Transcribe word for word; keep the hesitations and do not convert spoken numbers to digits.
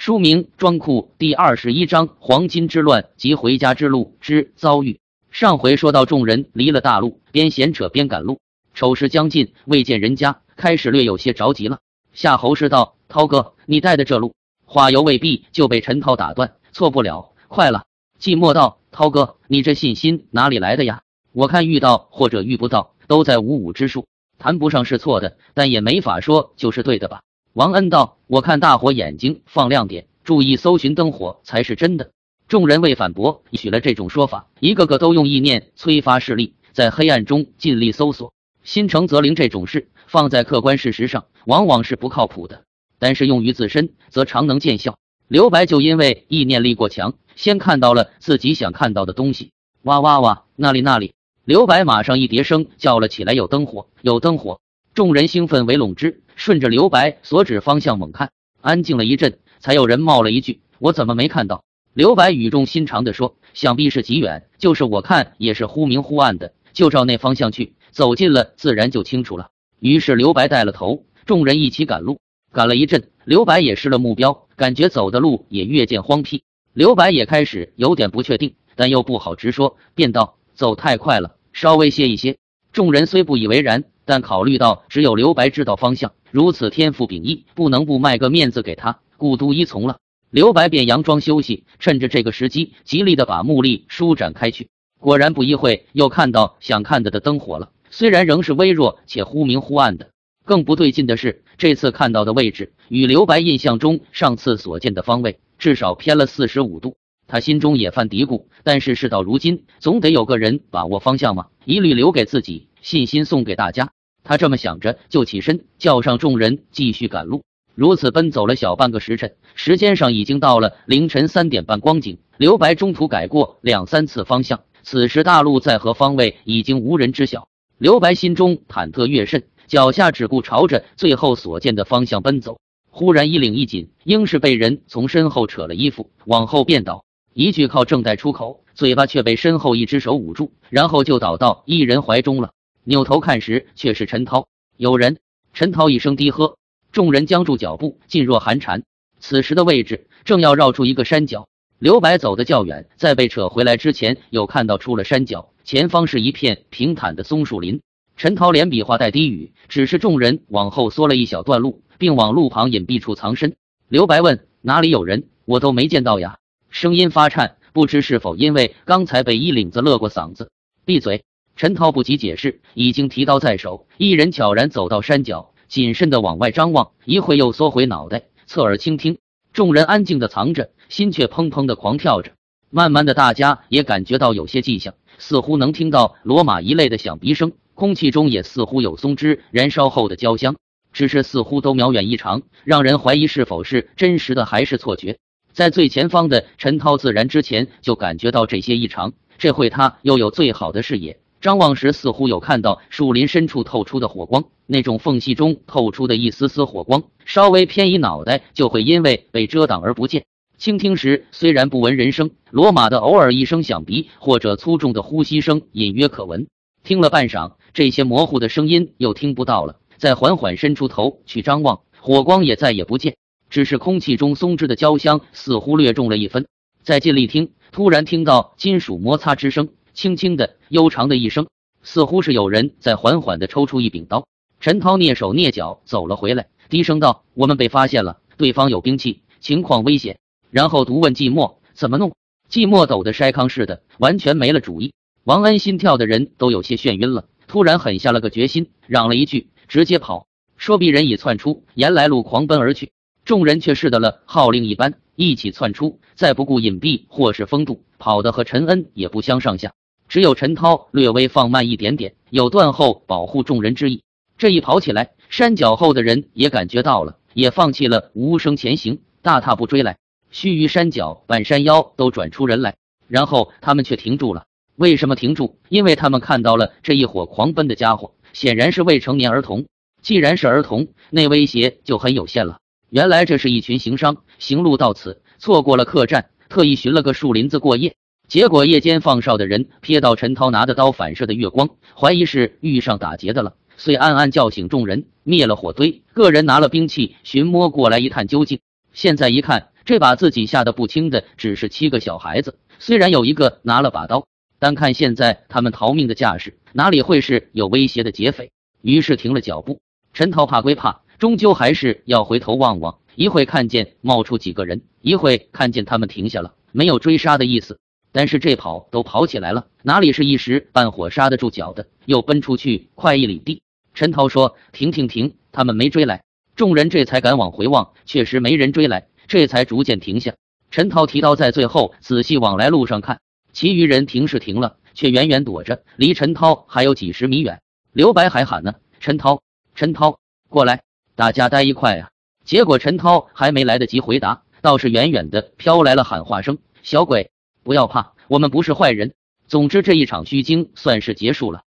书名《装库》第二十一章黄金之乱及回家之路之遭遇。上回说到众人离了大路，边闲扯边赶路，丑时将近，未见人家，开始略有些着急了。夏侯氏道：“涛哥，你带的这路，话犹未毕就被陈涛打断，错不了，快了。”季默道：“涛哥，你这信心哪里来的呀？我看遇到或者遇不到，都在五五之数，谈不上是错的，但也没法说就是对的吧？”王恩道：“我看大伙眼睛放亮点，注意搜寻灯火才是真的。”众人未反驳，许了这种说法，一个个都用意念催发视力，在黑暗中尽力搜索。心诚则灵这种事，放在客观事实上，往往是不靠谱的，但是用于自身，则常能见效。刘白就因为意念力过强，先看到了自己想看到的东西。哇哇哇，那里那里！刘白马上一叠声叫了起来：“有灯火，有灯火！”众人兴奋围拢之，顺着刘白所指方向猛看，安静了一阵，才有人冒了一句：“我怎么没看到？”刘白语重心长地说：“想必是极远，就是我看也是忽明忽暗的，就照那方向去，走近了自然就清楚了。”于是刘白带了头，众人一起赶路。赶了一阵，刘白也失了目标，感觉走的路也越见荒僻。刘白也开始有点不确定，但又不好直说，便道：“走太快了，稍微歇一歇。”众人虽不以为然，但考虑到只有刘白知道方向，如此天赋秉异，不能不卖个面子给他，故都依从了。刘白便佯装休息，趁着这个时机，极力的把目力舒展开去。果然不一会，又看到想看的的灯火了，虽然仍是微弱且忽明忽暗的。更不对劲的是，这次看到的位置与刘白印象中上次所见的方位至少偏了四十五度。他心中也犯嘀咕，但是事到如今，总得有个人把握方向嘛，一律留给自己，信心送给大家。他这么想着，就起身叫上众人继续赶路。如此奔走了小半个时辰，时间上已经到了凌晨三点半光景。刘白中途改过两三次方向，此时大路在何方位已经无人知晓。刘白心中忐忑越甚，脚下只顾朝着最后所见的方向奔走。忽然衣领一紧，应是被人从身后扯了衣服，往后便倒。一句靠正待出口，嘴巴却被身后一只手捂住，然后就倒到一人怀中了。扭头看时，却是陈涛。有人！陈涛一声低喝，众人僵住脚步，噤若寒蝉。此时的位置正要绕出一个山脚，刘白走得较远，在被扯回来之前，有看到出了山脚，前方是一片平坦的松树林。陈涛连比划带低语，指示众人往后缩了一小段路，并往路旁隐蔽处藏身。刘白问：“哪里有人？我都没见到呀。”声音发颤，不知是否因为刚才被衣领子勒过嗓子。闭嘴！陈涛不急解释，已经提刀在手，一人悄然走到山脚，谨慎地往外张望，一会又缩回脑袋，侧耳倾听。众人安静地藏着，心却砰砰地狂跳着。慢慢的，大家也感觉到有些迹象，似乎能听到骡马一类的响鼻声，空气中也似乎有松枝燃烧后的焦香，只是似乎都渺远异常，让人怀疑是否是真实的还是错觉。在最前方的陈涛自然之前就感觉到这些异常，这会他又有最好的视野，张望时似乎有看到树林深处透出的火光，那种缝隙中透出的一丝丝火光，稍微偏移脑袋就会因为被遮挡而不见。倾听时虽然不闻人声，骡马的偶尔一声响鼻或者粗重的呼吸声隐约可闻。听了半晌，这些模糊的声音又听不到了，再缓缓伸出头去张望，火光也再也不见，只是空气中松枝的焦香似乎略重了一分。再尽力听，突然听到金属摩擦之声，轻轻的悠长的一声，似乎是有人在缓缓地抽出一柄刀。陈涛蹑手蹑脚走了回来，低声道：“我们被发现了，对方有兵器，情况危险。”然后独问季默：“怎么弄？”季默抖得筛糠似的，完全没了主意。王恩心跳的人都有些眩晕了，突然狠下了个决心，嚷了一句：“直接跑！”说毕人已窜出沿来路狂奔而去。众人却似得了号令一般，一起窜出，再不顾隐蔽或是风度，跑得和陈恩也不相上下。只有陈涛略微放慢一点点，有断后保护众人之意。这一跑起来，山脚后的人也感觉到了，也放弃了无声前行，大踏步追来。须臾山脚半山腰都转出人来，然后他们却停住了。为什么停住？因为他们看到了这一伙狂奔的家伙，显然是未成年儿童。既然是儿童，那威胁就很有限了。原来这是一群行商，行路到此，错过了客栈，特意寻了个树林子过夜。结果夜间放哨的人瞥到陈涛拿的刀反射的月光，怀疑是遇上打劫的了，遂暗暗叫醒众人，灭了火堆，个人拿了兵器寻摸过来一探究竟。现在一看， 这把自己吓得不轻的只是七个小孩子，虽然有一个拿了把刀，但看现在他们逃命的架势，哪里会是有威胁的劫匪？于是停了脚步。陈涛怕归怕，终究还是要回头望望。一会看见冒出几个人，一会看见他们停下了，没有追杀的意思。但是这跑都跑起来了，哪里是一时半会刹得住脚的？又奔出去快一里地。陈涛说：“停停停！”他们没追来。众人这才敢往回望，确实没人追来，这才逐渐停下。陈涛提刀在最后仔细往来路上看，其余人停是停了，却远远躲着，离陈涛还有几十米远。刘白还喊呢：“陈涛，陈涛，过来！”大家待一块啊！结果陈涛还没来得及回答，倒是远远的飘来了喊话声：“小鬼，不要怕，我们不是坏人。”总之这一场虚惊算是结束了。